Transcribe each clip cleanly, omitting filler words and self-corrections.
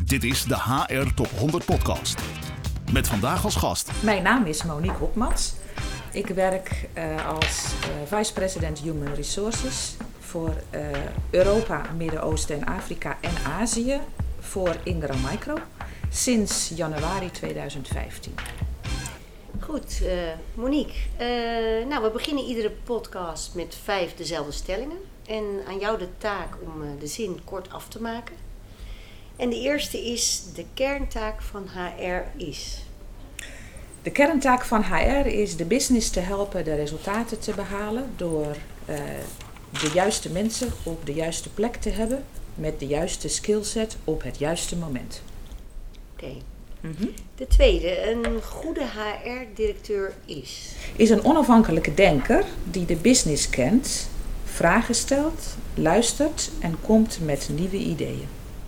Dit is de HR Top 100 podcast. Met vandaag als gast. Mijn naam is Monique Hopmans. Ik werk als vice-president Human Resources voor Europa, Midden-Oosten en Afrika en Azië voor Ingram Micro sinds januari 2015. Goed, Monique. We beginnen iedere podcast met 5 dezelfde stellingen. En aan jou de taak om de zin kort af te maken. En de eerste is: de kerntaak van HR is. De kerntaak van HR is de business te helpen de resultaten te behalen door de juiste mensen op de juiste plek te hebben met de juiste skillset op het juiste moment. Oké. De tweede, een goede HR-directeur is een onafhankelijke denker die de business kent, vragen stelt, luistert en komt met nieuwe ideeën.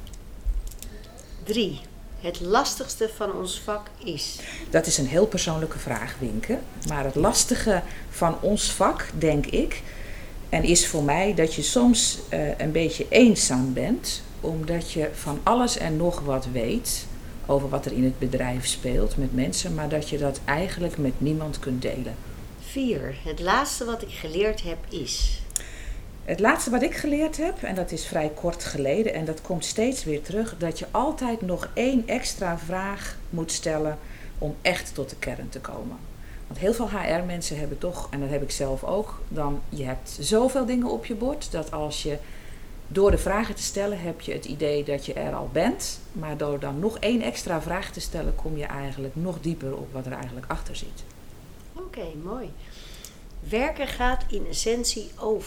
3. Het lastigste van ons vak is. Dat is een heel persoonlijke vraag, Winke. Maar het lastige van ons vak, denk ik, en is voor mij dat je soms een beetje eenzaam bent, omdat je van alles en nog wat weet over wat er in het bedrijf speelt met mensen, maar dat je dat eigenlijk met niemand kunt delen. 4. Het laatste wat ik geleerd heb is. Het laatste wat ik geleerd heb, en dat is vrij kort geleden en dat komt steeds weer terug, dat je altijd nog 1 extra vraag moet stellen om echt tot de kern te komen. Want heel veel HR-mensen hebben toch, en dat heb ik zelf ook, je hebt zoveel dingen op je bord, dat als je door de vragen te stellen heb je het idee dat je er al bent, maar door dan nog 1 extra vraag te stellen kom je eigenlijk nog dieper op wat er eigenlijk achter zit. Oké, mooi. Werken gaat in essentie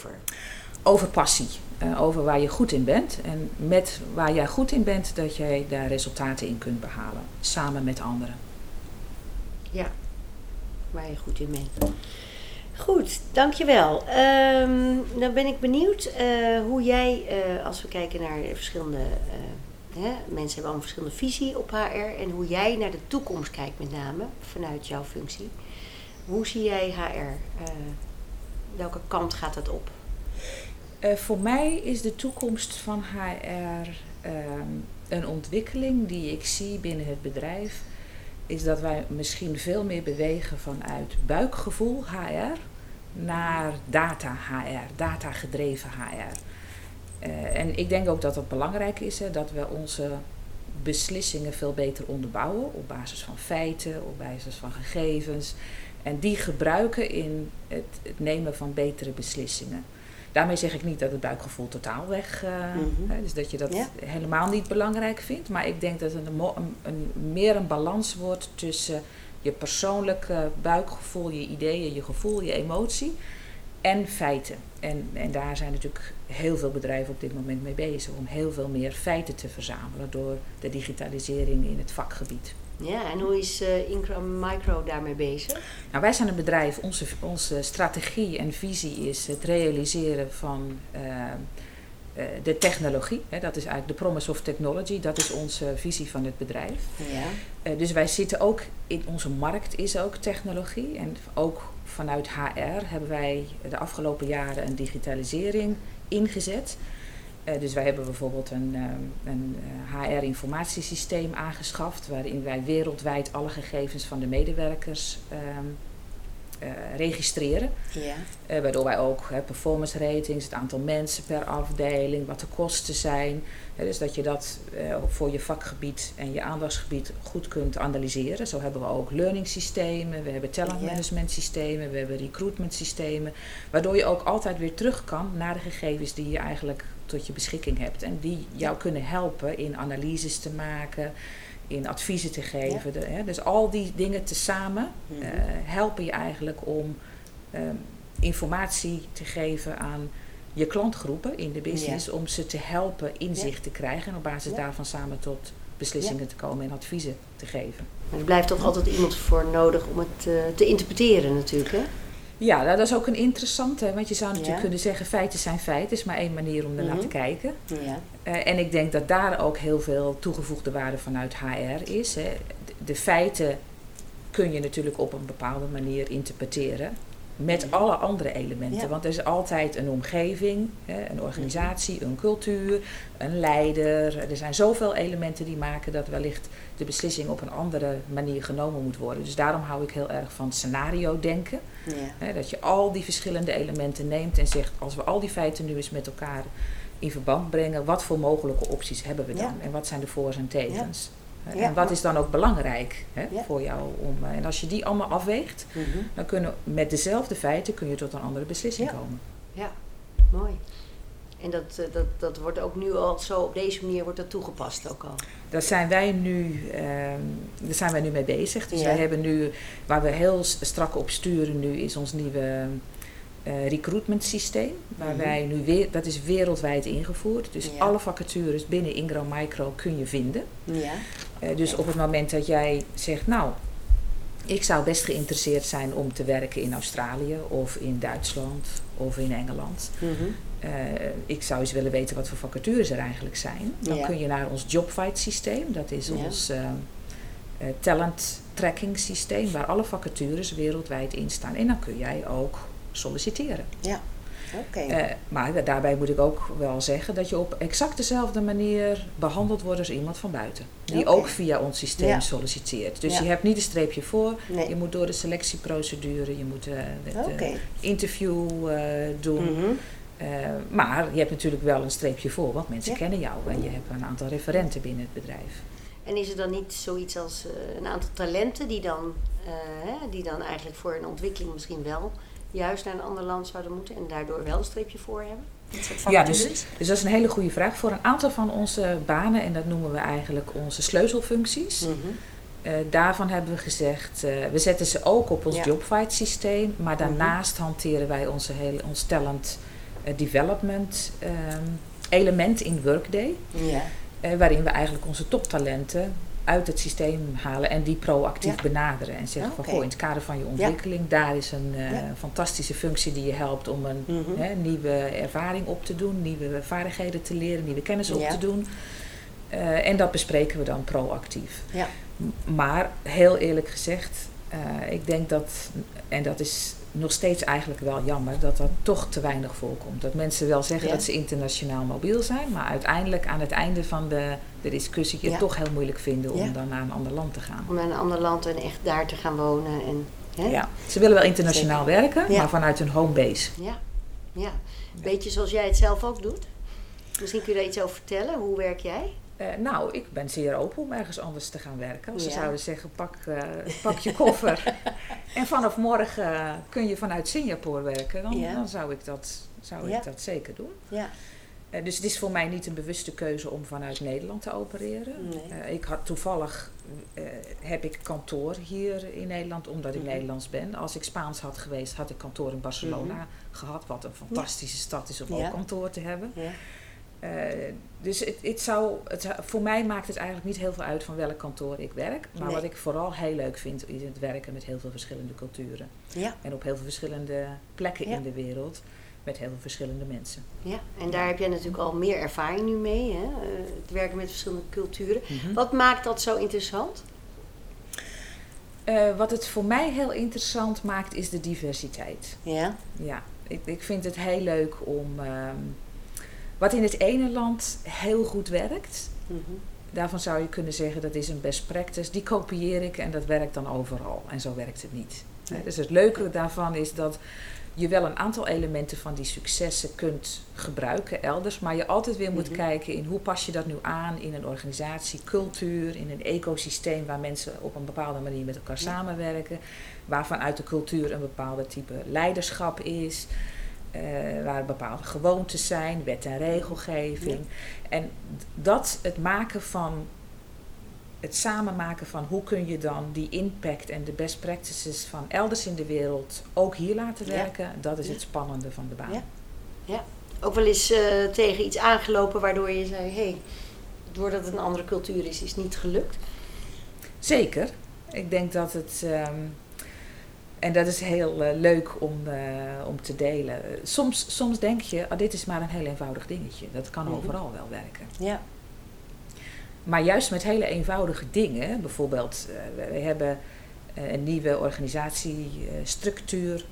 over passie, over waar je goed in bent en met waar jij goed in bent dat jij daar resultaten in kunt behalen, samen met anderen. Ja, waar je goed in bent. Goed, dankjewel. Dan ben ik benieuwd hoe jij, als we kijken naar verschillende mensen hebben allemaal verschillende visie op HR en hoe jij naar de toekomst kijkt met name vanuit jouw functie. Hoe zie jij HR? Welke kant gaat dat op? Voor mij is de toekomst van HR een ontwikkeling die ik zie binnen het bedrijf. Is dat wij misschien veel meer bewegen vanuit buikgevoel HR naar data HR, datagedreven HR. En ik denk ook dat het belangrijk is dat we onze beslissingen veel beter onderbouwen op basis van feiten, op basis van gegevens. En die gebruiken in het nemen van betere beslissingen. Daarmee zeg ik niet dat het buikgevoel totaal weg dus dat je dat helemaal niet belangrijk vindt. Maar ik denk dat het meer een balans wordt tussen je persoonlijke buikgevoel, je ideeën, je gevoel, je emotie en feiten. En daar zijn natuurlijk heel veel bedrijven op dit moment mee bezig om heel veel meer feiten te verzamelen door de digitalisering in het vakgebied. Ja, en hoe is Ingram Micro daarmee bezig? Nou, wij zijn een bedrijf, onze strategie en visie is het realiseren van de technologie. Dat is eigenlijk de promise of technology, dat is onze visie van het bedrijf. Ja. Dus wij zitten ook, in onze markt is ook technologie. En ook vanuit HR hebben wij de afgelopen jaren een digitalisering ingezet. Dus wij hebben bijvoorbeeld een HR-informatiesysteem aangeschaft waarin wij wereldwijd alle gegevens van de medewerkers registreren. Ja. Waardoor wij ook performance ratings, het aantal mensen per afdeling, wat de kosten zijn. Dus dat je dat voor je vakgebied en je aandachtsgebied goed kunt analyseren. Zo hebben we ook learning systemen, we hebben talent management systemen, we hebben recruitment systemen. Waardoor je ook altijd weer terug kan naar de gegevens die je eigenlijk tot je beschikking hebt. En die jou kunnen helpen in analyses te maken, in adviezen te geven. Ja. Dus al die dingen tezamen helpen je eigenlijk om informatie te geven aan je klantgroepen in de business. Om ze te helpen inzicht te krijgen en op basis daarvan samen tot beslissingen te komen en adviezen te geven. Maar er blijft toch altijd iemand voor nodig om het te interpreteren natuurlijk, hè? Ja, nou, dat is ook een interessante, want je zou natuurlijk kunnen zeggen feiten zijn feiten, is maar 1 manier om ernaar te kijken. Ja. En ik denk dat daar ook heel veel toegevoegde waarde vanuit HR is. Hè. De feiten kun je natuurlijk op een bepaalde manier interpreteren. met alle andere elementen. Ja. Want er is altijd een omgeving, een organisatie, een cultuur, een leider. Er zijn zoveel elementen die maken dat wellicht de beslissing op een andere manier genomen moet worden. Dus daarom hou ik heel erg van scenario denken. Ja. Dat je al die verschillende elementen neemt en zegt, als we al die feiten nu eens met elkaar in verband brengen, wat voor mogelijke opties hebben we dan? Ja. En wat zijn de voor's en tegens? Ja. En wat is dan ook belangrijk Ja. voor jou? En als je die allemaal afweegt, dan met dezelfde feiten kun je tot een andere beslissing komen. Ja, mooi. En dat wordt ook nu al zo, op deze manier wordt dat toegepast ook al. Daar zijn wij nu mee bezig. Dus Ja. wij hebben nu, waar we heel strak op sturen nu, is ons nieuwe recruitment systeem. Waar wij nu dat is wereldwijd ingevoerd. Dus Ja. alle vacatures binnen Ingram Micro kun je vinden. Ja. Dus op het moment dat jij zegt, nou, ik zou best geïnteresseerd zijn om te werken in Australië of in Duitsland of in Engeland. Ik zou eens willen weten wat voor vacatures er eigenlijk zijn. Dan Ja. kun je naar ons Jobfight systeem. Dat is ons talent tracking systeem waar alle vacatures wereldwijd in staan. En dan kun jij ook solliciteren. Ja. Oké. Maar daarbij moet ik ook wel zeggen dat je op exact dezelfde manier behandeld wordt als iemand van buiten. Die Oké. ook via ons systeem Ja. solliciteert. Dus Ja. je hebt niet een streepje voor. Nee. Je moet door de selectieprocedure. Je moet het Oké. interview doen. Maar je hebt natuurlijk wel een streepje voor. Want mensen Ja. kennen jou. En je hebt een aantal referenten binnen het bedrijf. En is er dan niet zoiets als een aantal talenten die dan eigenlijk voor een ontwikkeling misschien wel juist naar een ander land zouden moeten en daardoor wel een streepje voor hebben? Ja, dus dat is een hele goede vraag. Voor een aantal van onze banen, en dat noemen we eigenlijk onze sleutelfuncties. Daarvan hebben we gezegd, we zetten ze ook op ons Ja. Jobfight systeem. Maar daarnaast hanteren wij ons talent development element in Workday. Ja. Waarin we eigenlijk onze toptalenten uit het systeem halen en die proactief Ja. benaderen. En zeggen Oké. van, goh, in het kader van je ontwikkeling, daar is een fantastische functie die je helpt om een nieuwe ervaring op te doen, nieuwe vaardigheden te leren, nieuwe kennis op te doen. En dat bespreken we dan proactief. Ja. Maar heel eerlijk gezegd, ik denk dat, en dat is nog steeds eigenlijk wel jammer, dat dat toch te weinig voorkomt. Dat mensen wel zeggen dat ze internationaal mobiel zijn, maar uiteindelijk aan het einde van de discussie het toch heel moeilijk vinden om dan naar een ander land te gaan. Om naar een ander land en echt daar te gaan wonen. En, hè? Ja, ze willen wel internationaal werken, Ja. maar vanuit hun homebase. Ja. Beetje zoals jij het zelf ook doet. Misschien kun je daar iets over vertellen. Hoe werk jij? Nou, ik ben zeer open om ergens anders te gaan werken. Als ze Ja. zouden zeggen, pak je koffer en vanaf morgen kun je vanuit Singapore werken, dan zou ik dat zeker doen. Ja. Dus het is voor mij niet een bewuste keuze om vanuit Nederland te opereren. Nee. Toevallig heb ik kantoor hier in Nederland, omdat ik Nederlands ben. Als ik Spaans had geweest, had ik kantoor in Barcelona gehad, wat een fantastische stad is om ook kantoor te hebben. Ja. Dus voor mij maakt het eigenlijk niet heel veel uit van welk kantoor ik werk. Maar wat ik vooral heel leuk vind, is het werken met heel veel verschillende culturen. Ja. En op heel veel verschillende plekken in de wereld, met heel veel verschillende mensen. Ja, en daar heb jij natuurlijk al meer ervaring nu mee, hè? Het werken met verschillende culturen. Wat maakt dat zo interessant? Wat het voor mij heel interessant maakt, is de diversiteit. Ja. Ja, ik vind het heel leuk om wat in het ene land heel goed werkt. Daarvan zou je kunnen zeggen dat is een best practice. Die kopieer ik en dat werkt dan overal. En zo werkt het niet. Nee. Dus het leuke daarvan is dat je wel een aantal elementen van die successen kunt gebruiken elders. Maar je altijd weer moet kijken in hoe pas je dat nu aan in een organisatie, cultuur, in een ecosysteem waar mensen op een bepaalde manier met elkaar samenwerken. Waar vanuit de cultuur een bepaalde type leiderschap is. Waar bepaalde gewoontes zijn, wet en regelgeving. En het samenmaken van hoe kun je dan die impact en de best practices van elders in de wereld ook hier laten werken, dat is het spannende van de baan. Ja. Ook wel eens tegen iets aangelopen waardoor je zei, doordat het een andere cultuur is het niet gelukt? Zeker. Ik denk dat het, en dat is heel leuk om te delen. Soms denk je, dit is maar een heel eenvoudig dingetje. Dat kan overal wel werken. Ja. Maar juist met hele eenvoudige dingen, bijvoorbeeld we hebben een nieuwe organisatiestructuur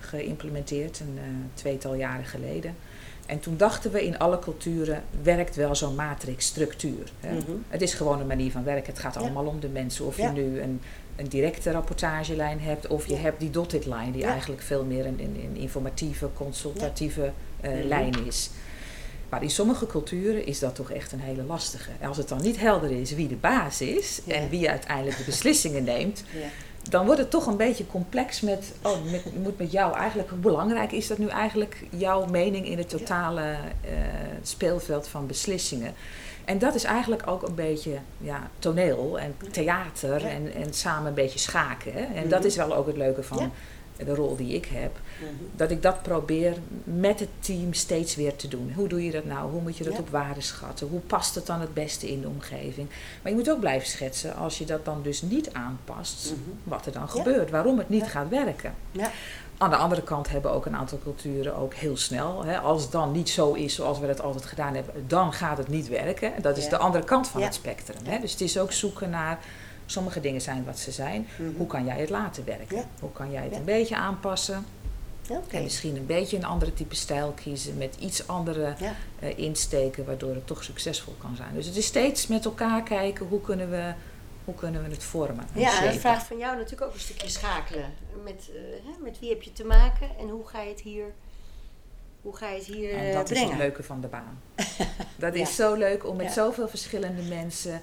geïmplementeerd, een 2-tal jaren geleden. En toen dachten we, in alle culturen werkt wel zo'n matrixstructuur. Mm-hmm. Het is gewoon een manier van werken. Het gaat allemaal om de mensen. Of je nu een directe rapportagelijn hebt, of je hebt die dotted line, die eigenlijk veel meer een informatieve, consultatieve lijn is. Maar in sommige culturen is dat toch echt een hele lastige. En als het dan niet helder is wie de baas is en wie uiteindelijk de beslissingen neemt, dan wordt het toch een beetje complex moet met jou eigenlijk, hoe belangrijk is dat nu eigenlijk, jouw mening in het totale speelveld van beslissingen. En dat is eigenlijk ook een beetje toneel en theater en samen een beetje schaken. Hè? En dat is wel ook het leuke van de rol die ik heb. Dat ik dat probeer met het team steeds weer te doen. Hoe doe je dat nou? Hoe moet je dat op waarde schatten? Hoe past het dan het beste in de omgeving? Maar je moet ook blijven schetsen, als je dat dan dus niet aanpast, wat er dan gebeurt. Waarom het niet gaat werken. Ja. Aan de andere kant hebben ook een aantal culturen ook heel snel. Hè, als het dan niet zo is zoals we dat altijd gedaan hebben, dan gaat het niet werken. Dat is de andere kant van het spectrum. Hè. Dus het is ook zoeken naar, sommige dingen zijn wat ze zijn. Hoe kan jij het laten werken? Ja. Hoe kan jij het een beetje aanpassen? En misschien een beetje een andere type stijl kiezen, met iets andere insteken, waardoor het toch succesvol kan zijn. Dus het is steeds met elkaar kijken, hoe kunnen we het vormen? Ja, en dat vraagt van jou natuurlijk ook een stukje schakelen. Met wie heb je te maken en hoe ga je het hier en dat brengen? Is het leuke van de baan. Dat is zo leuk om met zoveel verschillende mensen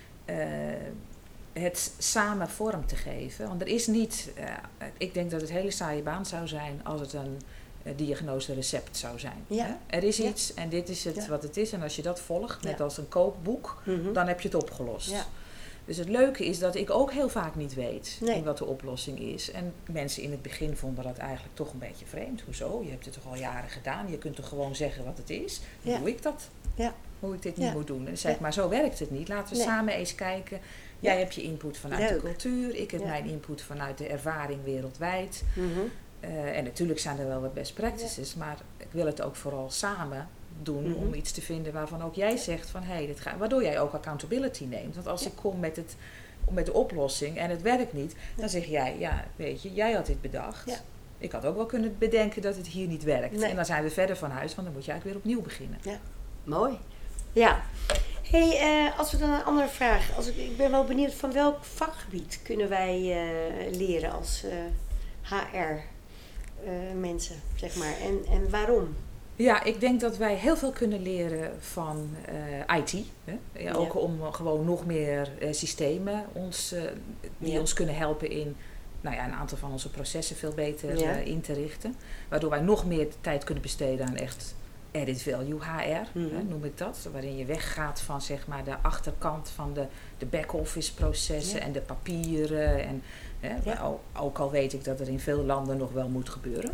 het samen vorm te geven. Want er is niet, ik denk dat het een hele saaie baan zou zijn als het een diagnose-recept zou zijn. Ja. Hè? Er is iets en dit is het wat het is. En als je dat volgt, net als een kookboek, dan heb je het opgelost. Ja. Dus het leuke is dat ik ook heel vaak niet weet wat de oplossing is. En mensen in het begin vonden dat eigenlijk toch een beetje vreemd. Hoezo? Je hebt het toch al jaren gedaan. Je kunt toch gewoon zeggen wat het is. Hoe doe ik dat? Ja. Hoe ik dit niet moet doen. En dan zeg ik, maar zo werkt het niet. Laten we samen eens kijken. Jij hebt je input vanuit de cultuur. Ik heb mijn input vanuit de ervaring wereldwijd. En natuurlijk zijn er wel wat best practices. Maar ik wil het ook vooral samen doen om iets te vinden waarvan ook jij zegt van waardoor jij ook accountability neemt. Want als ik kom met de oplossing en het werkt niet, dan zeg jij, weet je, jij had dit bedacht. Ja. Ik had ook wel kunnen bedenken dat het hier niet werkt. Nee. En dan zijn we verder van huis, want dan moet je eigenlijk weer opnieuw beginnen. Ja. Mooi. Ja. Hey, als we dan een andere vraag. Ik ben wel benieuwd, van welk vakgebied kunnen wij leren als HR mensen, zeg maar. En waarom? Ja, ik denk dat wij heel veel kunnen leren van IT. Hè? Ja, ook om gewoon nog meer systemen die ons kunnen helpen in een aantal van onze processen veel beter in te richten. Waardoor wij nog meer tijd kunnen besteden aan echt added value HR, noem ik dat. Waarin je weggaat van zeg maar de achterkant van de back-office processen en de papieren. En, ook al weet ik dat er in veel landen nog wel moet gebeuren.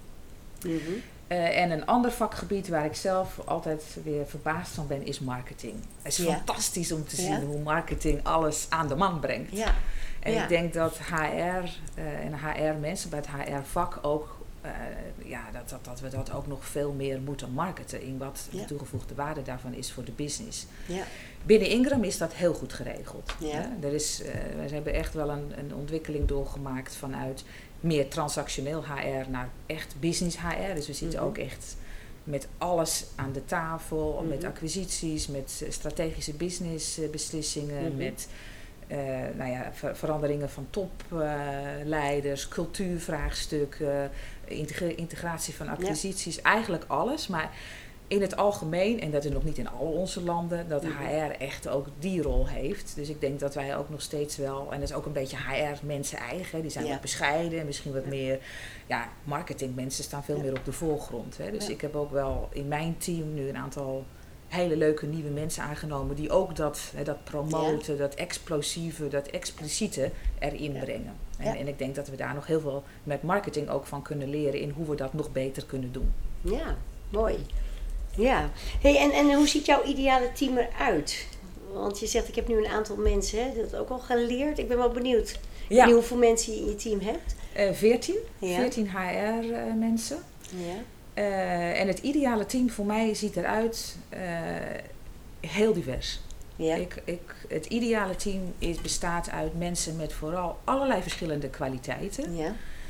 En een ander vakgebied waar ik zelf altijd weer verbaasd van ben, is marketing. Het is fantastisch om te zien hoe marketing alles aan de man brengt. Ja. En ik denk dat HR en HR-mensen bij het HR-vak ook, dat we dat ook nog veel meer moeten marketen in wat de toegevoegde waarde daarvan is voor de business. Ja. Binnen Ingram is dat heel goed geregeld. Ja. We hebben echt wel een ontwikkeling doorgemaakt vanuit meer transactioneel HR naar echt business HR. Dus we zitten ook echt met alles aan de tafel, met acquisities, met strategische business beslissingen, met veranderingen van topleiders, cultuurvraagstukken, integratie van acquisities, eigenlijk alles. Maar in het algemeen, en dat is nog niet in al onze landen, dat HR echt ook die rol heeft. Dus ik denk dat wij ook nog steeds wel, en dat is ook een beetje HR-mensen eigen, die zijn wat bescheiden en misschien wat meer, marketingmensen staan veel meer op de voorgrond. Hè. Dus ik heb ook wel in mijn team nu een aantal hele leuke nieuwe mensen aangenomen die ook dat promoten, dat explosieve, dat expliciete erin brengen. En ik denk dat we daar nog heel veel met marketing ook van kunnen leren in hoe we dat nog beter kunnen doen. Ja, mooi. Ja. Hey, en hoe ziet jouw ideale team eruit? Want je zegt, ik heb nu een aantal mensen dat ook al geleerd. Ik ben wel benieuwd hoeveel mensen je in je team hebt. 14 HR-mensen. Ja. En het ideale team voor mij ziet eruit heel divers. Ja. Het ideale team bestaat uit mensen met vooral allerlei verschillende kwaliteiten. Ja.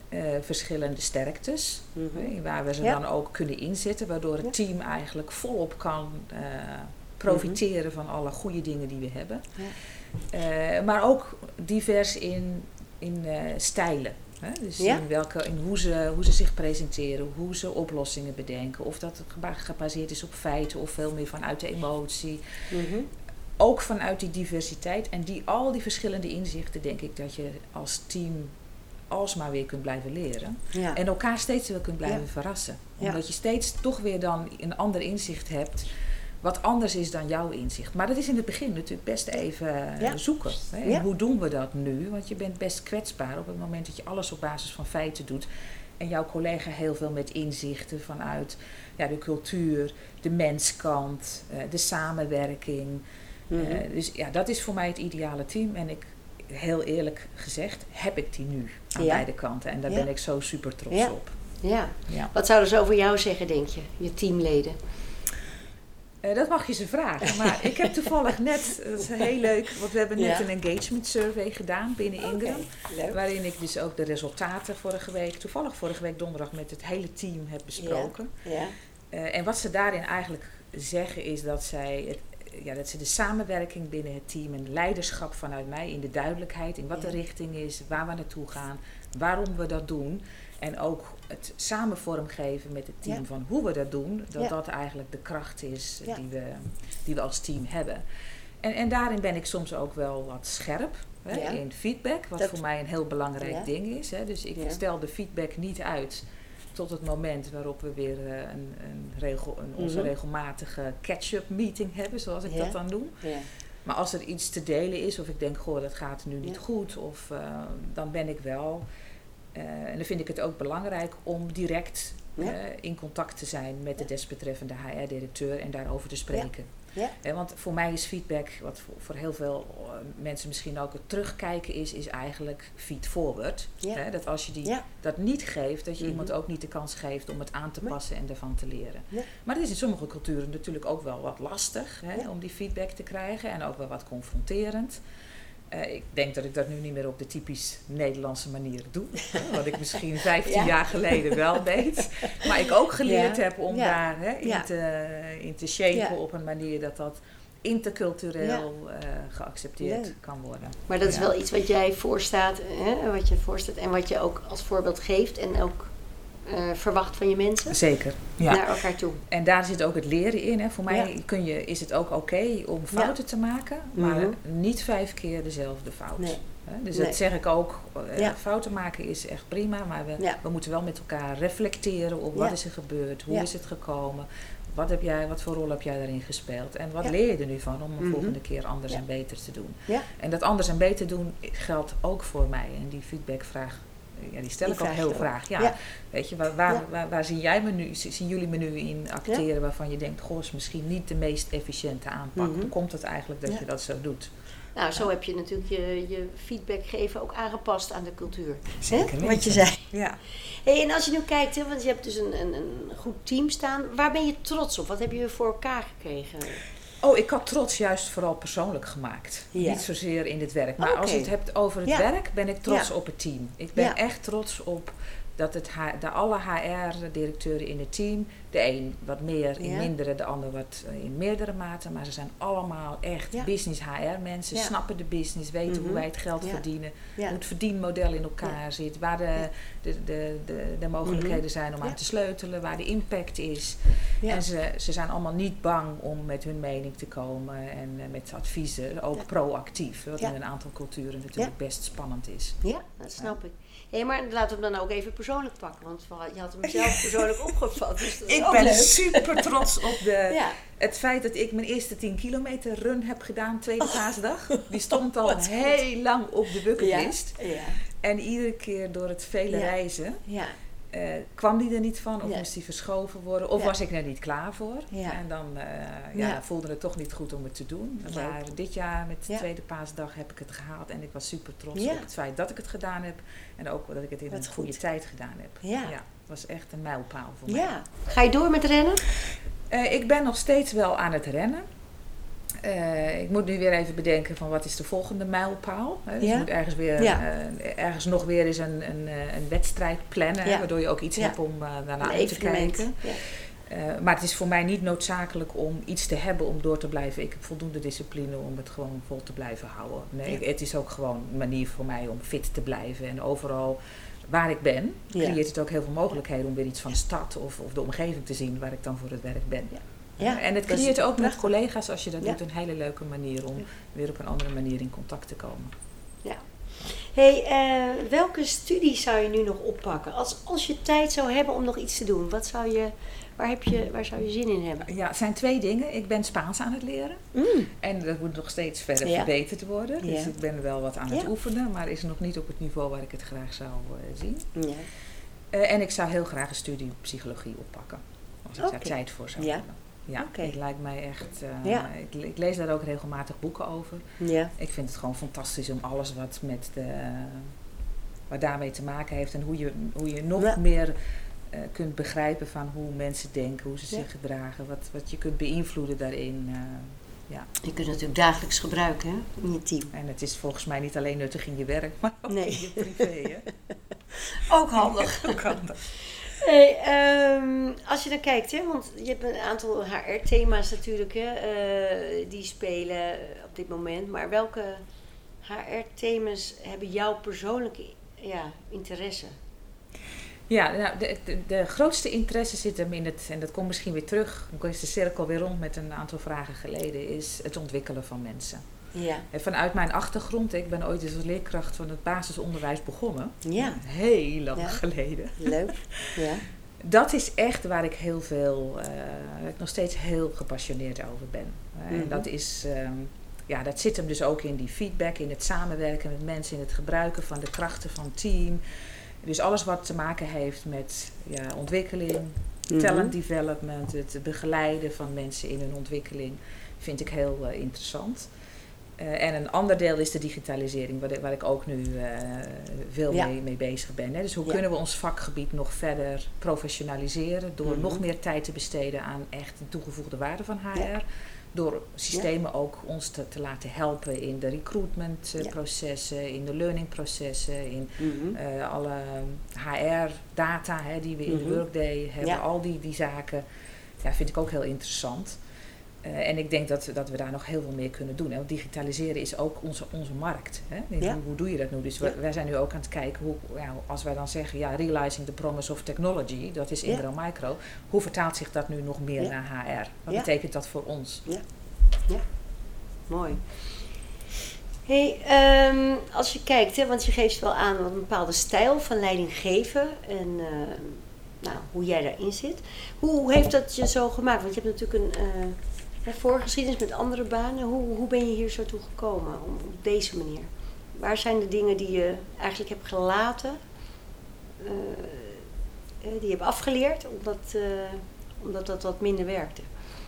verschillende sterktes. Waar we ze dan ook kunnen inzetten. Waardoor het team eigenlijk volop kan profiteren van alle goede dingen die we hebben. Ja. Maar ook divers in stijlen. Hè? Dus in hoe ze zich presenteren, hoe ze oplossingen bedenken. Of dat gebaseerd is op feiten of veel meer vanuit de emotie. Ook vanuit die diversiteit en al die verschillende inzichten denk ik dat je als team alsmaar weer kunt blijven leren. Ja. En elkaar steeds weer kunt blijven verrassen. Omdat je steeds toch weer dan een ander inzicht hebt wat anders is dan jouw inzicht. Maar dat is in het begin natuurlijk best even zoeken. Hè? En hoe doen we dat nu? Want je bent best kwetsbaar op het moment dat je alles op basis van feiten doet. En jouw collega heel veel met inzichten vanuit de cultuur, de menskant, de samenwerking. Dus dat is voor mij het ideale team. En heel eerlijk gezegd, heb ik die nu aan beide kanten. En daar ben ik zo super trots op. Ja. Wat zouden ze over jou zeggen, denk je teamleden? Dat mag je ze vragen. Maar ik heb toevallig net, dat is heel leuk, want we hebben net een engagement survey gedaan binnen Ingram. Waarin ik dus ook de resultaten vorige week donderdag met het hele team heb besproken. En wat ze daarin eigenlijk zeggen is dat dat ze de samenwerking binnen het team en leiderschap vanuit mij in de duidelijkheid, in wat de richting is, waar we naartoe gaan, waarom we dat doen. En ook het samen vormgeven met het team van hoe we dat doen, dat eigenlijk de kracht is die we als team hebben. En daarin ben ik soms ook wel wat scherp in feedback, wat voor mij een heel belangrijk ding is. Hè. Dus ik stel de feedback niet uit tot het moment waarop we weer onze regelmatige catch-up meeting hebben, zoals ik dat dan noem. Ja. Maar als er iets te delen is, of ik denk, dat gaat nu niet goed, of dan ben ik wel. En dan vind ik het ook belangrijk om direct in contact te zijn met de desbetreffende HR-directeur en daarover te spreken. Want voor mij is feedback, wat voor heel veel mensen misschien ook het terugkijken is eigenlijk feed-forward. Dat als je dat niet geeft, dat je iemand ook niet de kans geeft om het aan te passen en ervan te leren. Maar het is in sommige culturen natuurlijk ook wel wat lastig om die feedback te krijgen en ook wel wat confronterend. Ik denk dat ik dat nu niet meer op de typisch Nederlandse manier doe. Wat ik misschien 15 jaar geleden wel deed. Maar ik ook geleerd heb om daar in te shapen op een manier dat intercultureel geaccepteerd kan worden. Maar dat is wel iets wat jij voorstaat, en wat je ook als voorbeeld geeft en ook verwacht van je mensen? Zeker, naar elkaar toe. En daar zit ook het leren in. Hè. Voor mij is het ook oké om fouten te maken, maar niet 5 keer dezelfde fout. Nee. Dus dat zeg ik ook. Fouten maken is echt prima, maar we moeten wel met elkaar reflecteren op wat is er gebeurd, hoe is het gekomen, wat voor rol heb jij daarin gespeeld en wat leer je er nu van om de volgende keer anders en beter te doen. En dat anders en beter doen geldt ook voor mij. En die feedbackvraag, die stel ik ook heel graag. Weet je, waar zien jullie me nu in acteren waarvan je denkt, is misschien niet de meest efficiënte aanpak. Hoe komt het eigenlijk dat je dat zo doet? Nou, zo heb je natuurlijk je feedback geven ook aangepast aan de cultuur. Zeker. Wat je zei. Ja. Hey, en als je nu kijkt, want je hebt dus een goed team staan. Waar ben je trots op? Wat heb je voor elkaar gekregen? Ik had trots juist vooral persoonlijk gemaakt. Niet zozeer in het werk. Maar als je het hebt over het werk, ben ik trots op het team. Ik ben echt trots op dat alle HR-directeuren in het team, de een wat meer in mindere, de ander wat in meerdere mate, maar ze zijn allemaal echt business HR-mensen, snappen de business, weten hoe wij het geld verdienen, hoe het verdienmodel in elkaar zit, waar de mogelijkheden zijn om aan te sleutelen, waar de impact is. En ze zijn allemaal niet bang om met hun mening te komen en met adviezen, ook proactief, wat in een aantal culturen natuurlijk best spannend is. Ja, dat snap ik. Hé, maar laten we hem dan ook even persoonlijk pakken, want je had hem zelf persoonlijk opgevat. Dus dat is ik ben super trots op het feit dat ik mijn eerste 10 kilometer run heb gedaan, tweede paasdag. Die stond al heel lang op de bucketlist. En iedere keer door het vele reizen kwam die er niet van, of moest die verschoven worden, of was ik er niet klaar voor. En dan voelde het toch niet goed om het te doen. Maar dit jaar met de tweede paasdag heb ik het gehaald en ik was super trots op het feit dat ik het gedaan heb en ook dat ik het in een goede tijd gedaan heb. Het was echt een mijlpaal voor mij. Ga je door met rennen? Ik ben nog steeds wel aan het rennen. Ik moet nu weer even bedenken van wat is de volgende mijlpaal. Hè? Dus je moet ergens weer ergens nog weer eens een wedstrijd plannen. Hè? Waardoor je ook iets hebt om daarna uit te kijken. Ja. Maar het is voor mij niet noodzakelijk om iets te hebben om door te blijven. Ik heb voldoende discipline om het gewoon vol te blijven houden. Het is ook gewoon een manier voor mij om fit te blijven. En overal waar ik ben, creëert het ook heel veel mogelijkheden om weer iets van de stad of de omgeving te zien waar ik dan voor het werk ben. Ja, en het creëert ook met collega's, als je dat doet, een hele leuke manier om weer op een andere manier in contact te komen. Ja. Hey, welke studie zou je nu nog oppakken? Als je tijd zou hebben om nog iets te doen, waar zou je zin in hebben? Ja, het zijn 2 dingen. Ik ben Spaans aan het leren. En dat moet nog steeds verder verbeterd worden. Dus ik ben wel wat aan het oefenen, maar is nog niet op het niveau waar ik het graag zou zien. En ik zou heel graag een studie psychologie oppakken. Als ik daar tijd voor zou hebben. Ja, het lijkt mij echt... Ik lees daar ook regelmatig boeken over. Ja. Ik vind het gewoon fantastisch om alles wat daarmee te maken heeft. En hoe je nog meer kunt begrijpen van hoe mensen denken, hoe ze zich gedragen. Wat je kunt beïnvloeden daarin. Je kunt het natuurlijk dagelijks gebruiken, hè, in je team. En het is volgens mij niet alleen nuttig in je werk, maar ook in je privé. Hè? Ook handig. Ook handig. Hey, als je dan kijkt, hè, want je hebt een aantal HR-thema's natuurlijk, hè, die spelen op dit moment. Maar welke HR-thema's hebben jouw persoonlijke interesse? Ja, nou, de grootste interesse zit hem in en dat komt misschien weer terug, dan is de cirkel weer rond met een aantal vragen geleden, is het ontwikkelen van mensen. Ja. En vanuit mijn achtergrond, ik ben ooit als leerkracht van het basisonderwijs begonnen. Ja. Heel lang geleden. Leuk. Ja. Dat is echt waar ik nog steeds heel gepassioneerd over ben. En dat is, dat zit hem dus ook in die feedback, in het samenwerken met mensen, in het gebruiken van de krachten van het team. Dus alles wat te maken heeft met ontwikkeling, talent development, het begeleiden van mensen in hun ontwikkeling, vind ik heel interessant. En een ander deel is de digitalisering, waar ik ook nu veel mee bezig ben. Hè. Dus hoe kunnen we ons vakgebied nog verder professionaliseren door nog meer tijd te besteden aan echt de toegevoegde waarde van HR. Ja. Door systemen ook ons te laten helpen in de recruitmentprocessen, in de learningprocessen, in alle HR-data die we in de Workday hebben. Ja. Al die zaken vind ik ook heel interessant. En ik denk dat we daar nog heel veel meer kunnen doen. Hè? Want digitaliseren is ook onze markt. Hè? Hoe doe je dat nu? Dus wij zijn nu ook aan het kijken, als wij dan zeggen, realizing the promise of technology, dat is Inbro Micro. Hoe vertaalt zich dat nu nog meer naar HR? Wat betekent dat voor ons? Ja, mooi. Hey, als je kijkt, hè, want je geeft wel aan een bepaalde stijl van leiding geven en hoe jij daarin zit. Hoe heeft dat je zo gemaakt? Want je hebt natuurlijk een voorgeschiedenis met andere banen. Hoe ben je hier zo toe gekomen op deze manier? Waar zijn de dingen die je eigenlijk hebt gelaten, die je hebt afgeleerd, omdat dat wat minder werkte?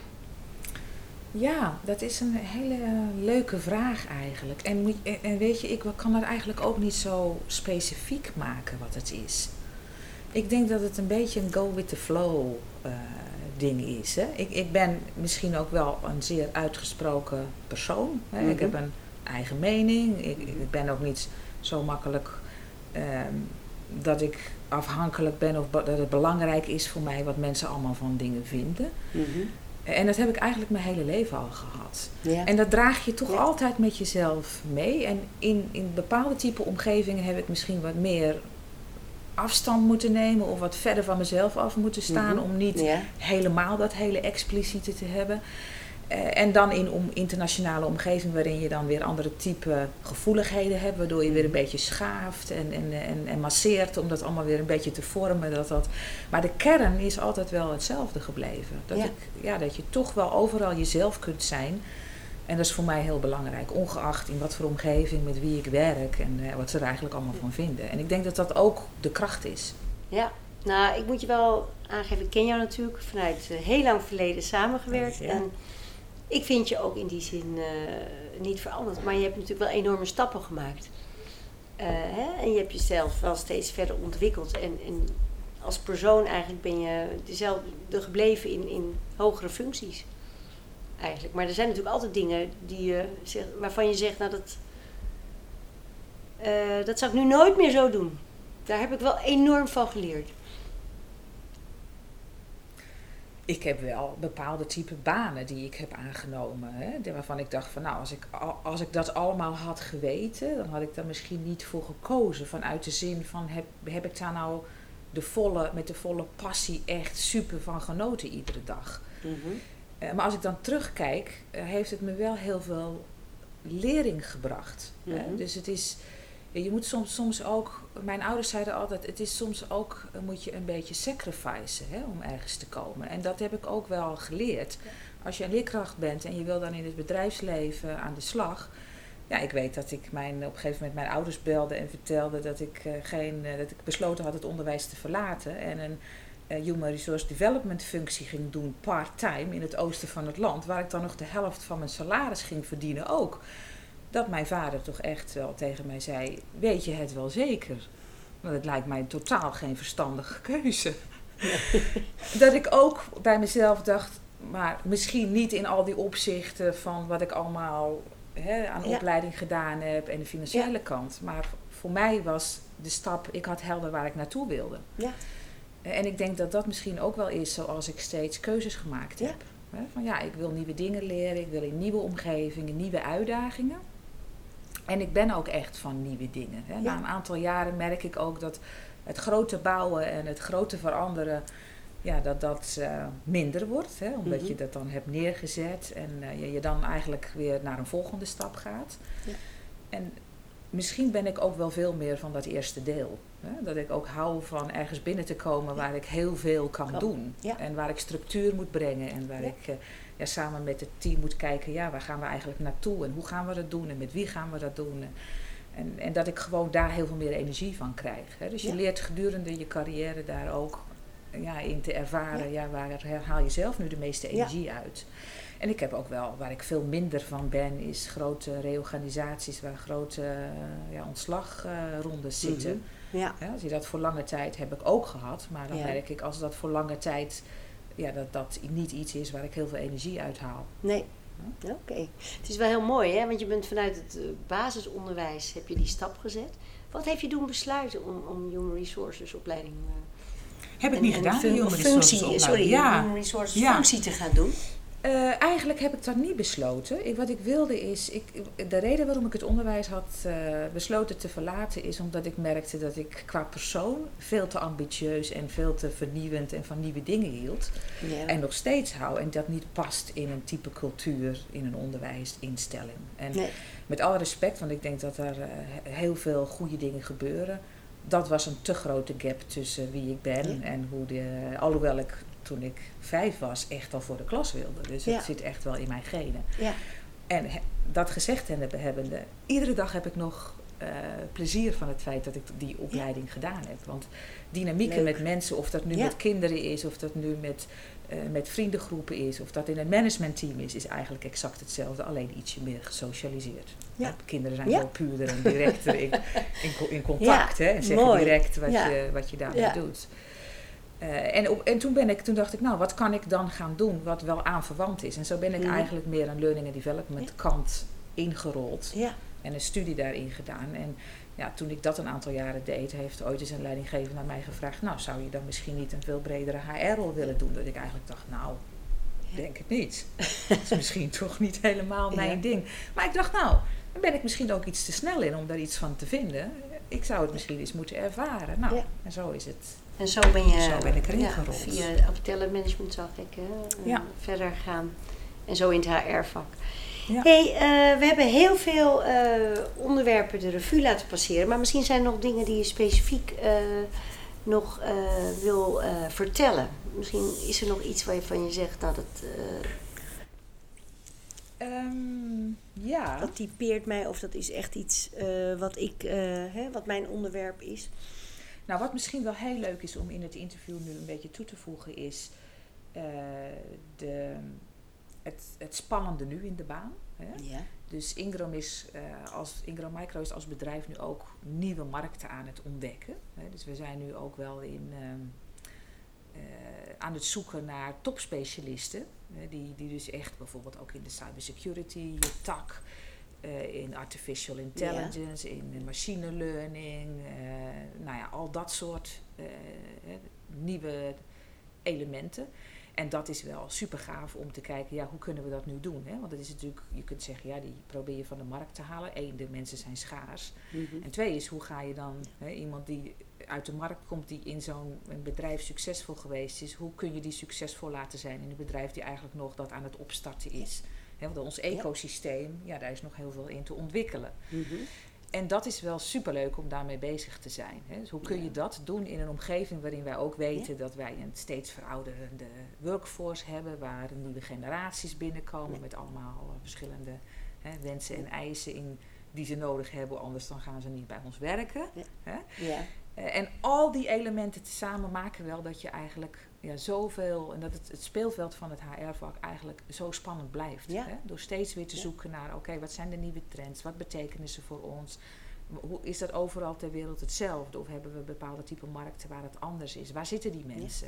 Ja, dat is een hele leuke vraag eigenlijk. En weet je, ik kan dat eigenlijk ook niet zo specifiek maken wat het is. Ik denk dat het een beetje een go with the flow ding is. Hè? Ik ben misschien ook wel een zeer uitgesproken persoon. Hè? Ik heb een eigen mening. Ik ben ook niet zo makkelijk dat ik afhankelijk ben of dat het belangrijk is voor mij wat mensen allemaal van dingen vinden. En dat heb ik eigenlijk mijn hele leven al gehad. Ja. En dat draag je toch altijd met jezelf mee. En in bepaalde type omgevingen heb ik misschien wat meer afstand moeten nemen of wat verder van mezelf af moeten staan om niet helemaal dat hele expliciete te hebben. En dan in internationale omgeving waarin je dan weer andere type gevoeligheden hebt, waardoor je weer een beetje schaaft en masseert om dat allemaal weer een beetje te vormen. Maar de kern is altijd wel hetzelfde gebleven. Dat je toch wel overal jezelf kunt zijn. En dat is voor mij heel belangrijk, ongeacht in wat voor omgeving, met wie ik werk en wat ze er eigenlijk allemaal van vinden. En ik denk dat dat ook de kracht is. Ja, nou ik moet je wel aangeven, ik ken jou natuurlijk vanuit heel lang verleden samengewerkt. Ja. En ik vind je ook in die zin niet veranderd, maar je hebt natuurlijk wel enorme stappen gemaakt. En je hebt jezelf wel steeds verder ontwikkeld. En als persoon eigenlijk ben je dezelfde gebleven in hogere functies. eigenlijk. Maar er zijn natuurlijk altijd dingen waarvan je zegt, nou dat zou ik nu nooit meer zo doen. Daar heb ik wel enorm van geleerd. Ik heb wel bepaalde type banen die ik heb aangenomen. Hè, waarvan ik dacht van nou, als ik dat allemaal had geweten, dan had ik daar misschien niet voor gekozen. Vanuit de zin van heb ik daar nou met de volle passie echt super van genoten iedere dag. Mm-hmm. Maar als ik dan terugkijk, heeft het me wel heel veel lering gebracht. Mm-hmm. Hè? Dus het is, je moet soms ook, mijn ouders zeiden altijd, het is soms ook, moet je een beetje sacrificen, hè, om ergens te komen. En dat heb ik ook wel geleerd. Ja. Als je een leerkracht bent en je wil dan in het bedrijfsleven aan de slag. Ja, ik weet dat ik op een gegeven moment mijn ouders belde en vertelde dat ik besloten had het onderwijs te verlaten. En een Human Resource Development functie ging doen part-time in het oosten van het land. Waar ik dan nog de helft van mijn salaris ging verdienen ook. Dat mijn vader toch echt wel tegen mij zei, weet je het wel zeker? Want het lijkt mij totaal geen verstandige keuze. Nee. Dat ik ook bij mezelf dacht, maar misschien niet in al die opzichten van wat ik allemaal aan opleiding gedaan heb en de financiële kant. Maar voor mij was de stap, ik had helder waar ik naartoe wilde. Ja. En ik denk dat dat misschien ook wel is zoals ik steeds keuzes gemaakt heb. Van ik wil nieuwe dingen leren, ik wil in nieuwe omgevingen, nieuwe uitdagingen. En ik ben ook echt van nieuwe dingen. Hè. Na een aantal jaren merk ik ook dat het grote bouwen en het grote veranderen, dat minder wordt. Hè, omdat je dat dan hebt neergezet en je dan eigenlijk weer naar een volgende stap gaat. Ja. En misschien ben ik ook wel veel meer van dat eerste deel. Hè, dat ik ook hou van ergens binnen te komen waar ik heel veel kan doen. Ja. En waar ik structuur moet brengen en waar ik samen met het team moet kijken, waar gaan we eigenlijk naartoe en hoe gaan we dat doen en met wie gaan we dat doen. En dat ik gewoon daar heel veel meer energie van krijg. Hè. Dus je leert gedurende je carrière daar ook in te ervaren, waar haal je zelf nu de meeste energie uit. En ik heb ook wel, waar ik veel minder van ben, is grote reorganisaties waar grote ontslagrondes zitten. Mm-hmm. Ja. Als je dat voor lange tijd heb ik ook gehad, maar dan merk ik als dat voor lange tijd dat niet iets is waar ik heel veel energie uit haal. Nee. Oké. Het is wel heel mooi, hè? Want je bent vanuit het basisonderwijs heb je die stap gezet. Wat heeft je doen besluiten om Human Resources opleiding heb ik niet gedaan, Human Resources functie te gaan doen? Eigenlijk heb ik dat niet besloten. Wat ik wilde is, de reden waarom ik het onderwijs had besloten te verlaten is omdat ik merkte dat ik qua persoon veel te ambitieus en veel te vernieuwend en van nieuwe dingen hield. Ja. En nog steeds hou en dat niet past in een type cultuur, in een onderwijsinstelling. En met alle respect, want ik denk dat er heel veel goede dingen gebeuren. Dat was een te grote gap tussen wie ik ben en alhoewel ik toen ik 5 was echt al voor de klas wilde. Dus het zit echt wel in mijn genen. Ja. En dat gezegd hebbende, iedere dag heb ik nog plezier van het feit dat ik die opleiding gedaan heb. Want dynamieken met mensen, of dat nu met kinderen is, of dat nu met vriendengroepen is, of dat in een managementteam is eigenlijk exact hetzelfde, alleen ietsje meer gesocialiseerd. Ja. Kinderen zijn veel puurder en directer in contact, hè, en zeggen direct wat je daarmee doet. En toen dacht ik, nou, wat kan ik dan gaan doen wat wel aanverwant is? En zo ben ik eigenlijk meer een learning and development kant ingerold. Ja. En een studie daarin gedaan. En toen ik dat een aantal jaren deed, heeft ooit eens een leidinggever naar mij gevraagd, nou, zou je dan misschien niet een veel bredere HR-rol willen doen? Dat ik eigenlijk dacht, nou, denk het niet. Dat is misschien toch niet helemaal mijn ding. Maar ik dacht, nou, dan ben ik misschien ook iets te snel in om daar iets van te vinden. Ik zou het misschien eens moeten ervaren. Nou, en zo is het. En zo ben ik erin gerold. Via talentmanagement zag ik verder gaan. En zo in het HR-vak. Ja. Hey, we hebben heel veel onderwerpen de revue laten passeren. Maar misschien zijn er nog dingen die je specifiek nog wil vertellen. Misschien is er nog iets waarvan je zegt, nou dat... Dat typeert mij of dat is echt iets wat mijn onderwerp is. Nou, wat misschien wel heel leuk is om in het interview nu een beetje toe te voegen is het spannende nu in de baan. Hè? Ja. Dus Ingram Micro is als bedrijf nu ook nieuwe markten aan het ontdekken. Hè? Dus we zijn nu ook wel aan het zoeken naar topspecialisten. Die dus echt bijvoorbeeld ook in de cybersecurity, tak, in artificial intelligence, in machine learning, al dat soort nieuwe elementen. En dat is wel super gaaf om te kijken, hoe kunnen we dat nu doen? Hè? Want het is natuurlijk, je kunt zeggen, die probeer je van de markt te halen. 1, de mensen zijn schaars. Mm-hmm. En 2 is, hoe ga je dan, iemand die uit de markt komt, die in zo'n bedrijf succesvol geweest is, hoe kun je die succesvol laten zijn in een bedrijf die eigenlijk nog dat aan het opstarten is? Want ons ecosysteem, daar is nog heel veel in te ontwikkelen. Mm-hmm. En dat is wel superleuk om daarmee bezig te zijn. Hè? Dus hoe kun je dat doen in een omgeving waarin wij ook weten dat wij een steeds verouderende workforce hebben, waar nieuwe generaties binnenkomen met allemaal verschillende wensen en eisen die ze nodig hebben, anders dan gaan ze niet bij ons werken. Ja. Hè? Ja. En al die elementen tezamen maken wel dat je eigenlijk zoveel, en dat het speelveld van het HR-vak eigenlijk zo spannend blijft. Ja. Hè? Door steeds weer te zoeken naar, wat zijn de nieuwe trends? Wat betekenen ze voor ons? Hoe is dat overal ter wereld hetzelfde? Of hebben we bepaalde type markten waar het anders is? Waar zitten die mensen?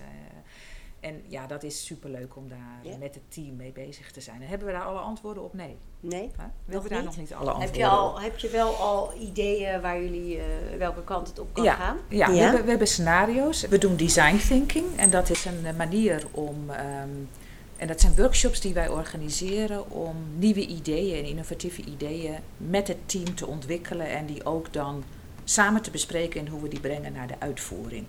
En dat is superleuk om daar met het team mee bezig te zijn. En hebben we daar alle antwoorden op? Nee. Nee, we hebben daar nog niet alle antwoorden op. Heb je wel al ideeën waar jullie welke kant het op kan gaan? Ja, we hebben scenario's. We doen design thinking. En dat is een manier om... en dat zijn workshops die wij organiseren om nieuwe ideeën en innovatieve ideeën met het team te ontwikkelen. En die ook dan samen te bespreken en hoe we die brengen naar de uitvoering.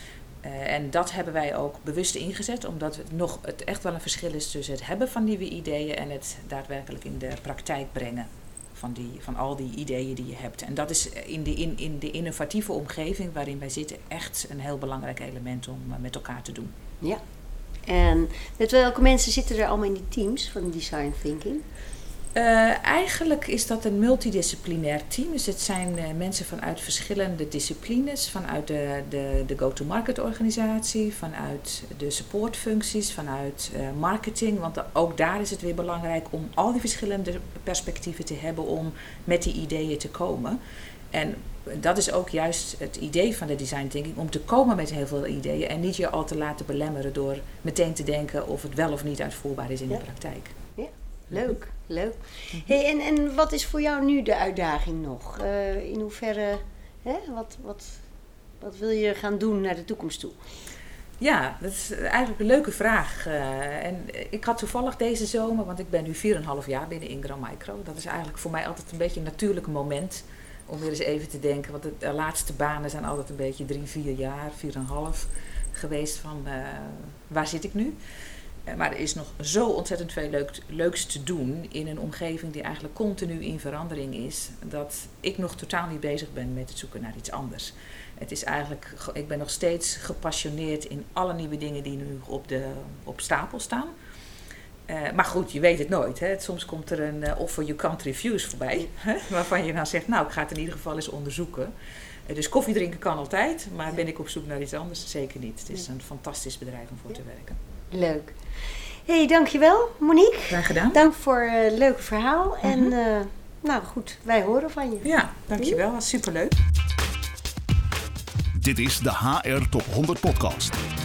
En dat hebben wij ook bewust ingezet, omdat het echt wel een verschil is tussen het hebben van nieuwe ideeën en het daadwerkelijk in de praktijk brengen van al die ideeën die je hebt. En dat is in de innovatieve omgeving waarin wij zitten echt een heel belangrijk element om met elkaar te doen. Ja. En met welke mensen zitten er allemaal in die teams van design thinking? Eigenlijk is dat een multidisciplinair team. Dus het zijn mensen vanuit verschillende disciplines. Vanuit de go-to-market organisatie, vanuit de supportfuncties, vanuit marketing. Want ook daar is het weer belangrijk om al die verschillende perspectieven te hebben om met die ideeën te komen. En dat is ook juist het idee van de design thinking, om te komen met heel veel ideeën en niet je al te laten belemmeren door meteen te denken of het wel of niet uitvoerbaar is in de praktijk. Ja, leuk. Hey, en wat is voor jou nu de uitdaging nog? In hoeverre, wat wil je gaan doen naar de toekomst toe? Ja, dat is eigenlijk een leuke vraag. En ik had toevallig deze zomer, want ik ben nu 4,5 jaar binnen Ingram Micro. Dat is eigenlijk voor mij altijd een beetje een natuurlijk moment om weer eens even te denken. Want de laatste banen zijn altijd een beetje 3-4 jaar, 4,5 geweest van waar zit ik nu? Maar er is nog zo ontzettend veel leuks te doen in een omgeving die eigenlijk continu in verandering is, dat ik nog totaal niet bezig ben met het zoeken naar iets anders. Het is eigenlijk, ik ben nog steeds gepassioneerd in alle nieuwe dingen die nu op stapel staan. Maar goed, je weet het nooit. Hè. Soms komt er een offer you can't refuse voorbij, hè, waarvan je dan zegt, ik ga het in ieder geval eens onderzoeken. Dus koffie drinken kan altijd, maar ben ik op zoek naar iets anders? Zeker niet. Het is een fantastisch bedrijf om voor te werken. Leuk. Hey, dankjewel Monique. Graag gedaan. Dank voor het leuke verhaal. En goed, wij horen van je. Ja, dankjewel. Was superleuk. Dit is de HR Top 100 podcast.